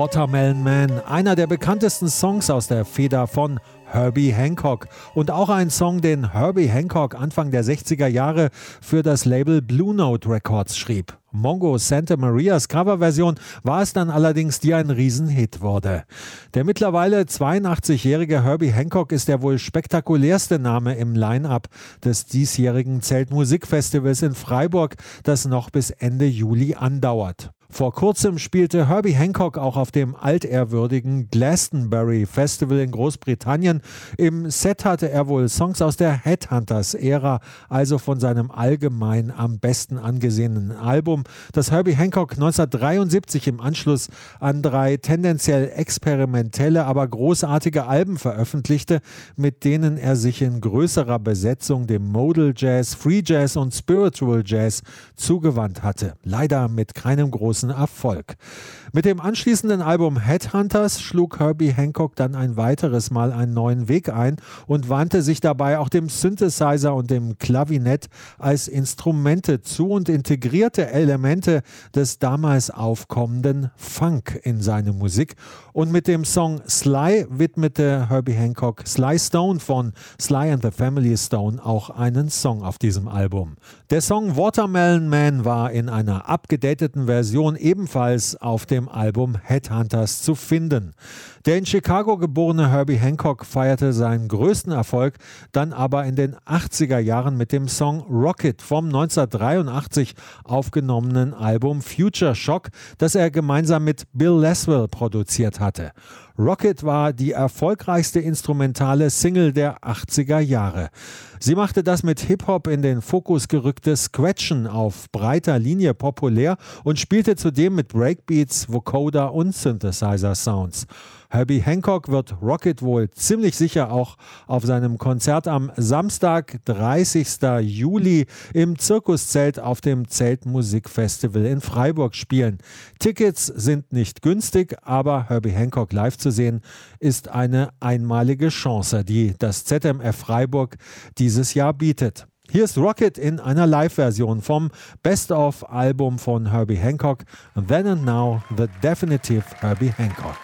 Watermelon Man, einer der bekanntesten Songs aus der Feder von Herbie Hancock und auch ein Song, den Herbie Hancock Anfang der 60er Jahre für das Label Blue Note Records schrieb. Mongo Santa Marias Coverversion war es dann allerdings, die ein Riesenhit wurde. Der mittlerweile 82-jährige Herbie Hancock ist der wohl spektakulärste Name im Line-Up des diesjährigen Zeltmusikfestivals in Freiburg, das noch bis Ende Juli andauert. Vor kurzem spielte Herbie Hancock auch auf dem altehrwürdigen Glastonbury Festival in Großbritannien. Im Set hatte er wohl Songs aus der Headhunters-Ära, also von seinem allgemein am besten angesehenen Album, das Herbie Hancock 1973 im Anschluss an 3 tendenziell experimentelle, aber großartige Alben veröffentlichte, mit denen er sich in größerer Besetzung dem Modal Jazz, Free Jazz und Spiritual Jazz zugewandt hatte. Leider mit keinem großen Erfolg. Mit dem anschließenden Album Headhunters schlug Herbie Hancock dann ein weiteres Mal einen neuen Weg ein und wandte sich dabei auch dem Synthesizer und dem Klavinett als Instrumente zu und integrierte Elemente des damals aufkommenden Funk in seine Musik. Und mit dem Song Sly widmete Herbie Hancock Sly Stone von Sly and the Family Stone auch einen Song auf diesem Album. Der Song Watermelon Man war in einer abgedateten Version ebenfalls auf dem Album Headhunters zu finden. Der in Chicago geborene Herbie Hancock feierte seinen größten Erfolg dann aber in den 80er Jahren mit dem Song Rocket vom 1983 aufgenommenen Album Future Shock, das er gemeinsam mit Bill Laswell produziert hatte. Rocket war die erfolgreichste instrumentale Single der 80er Jahre. Sie machte das mit Hip-Hop in den Fokus gerückte Scratchen auf breiter Linie populär und spielte zudem mit Breakbeats, Vocoder und Synthesizer-Sounds. Herbie Hancock wird Rocket wohl ziemlich sicher auch auf seinem Konzert am Samstag, 30. Juli im Zirkuszelt auf dem Zeltmusikfestival in Freiburg spielen. Tickets sind nicht günstig, aber Herbie Hancock live zu sehen ist eine einmalige Chance, die das ZMF Freiburg dieses Jahr bietet. Hier ist Rocket in einer Live-Version vom Best-of-Album von Herbie Hancock, Then and Now, The Definitive Herbie Hancock.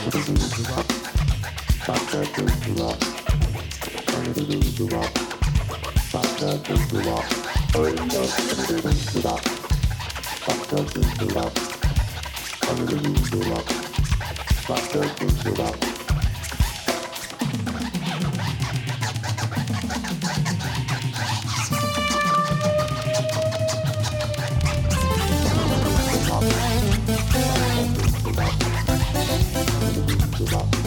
Stop.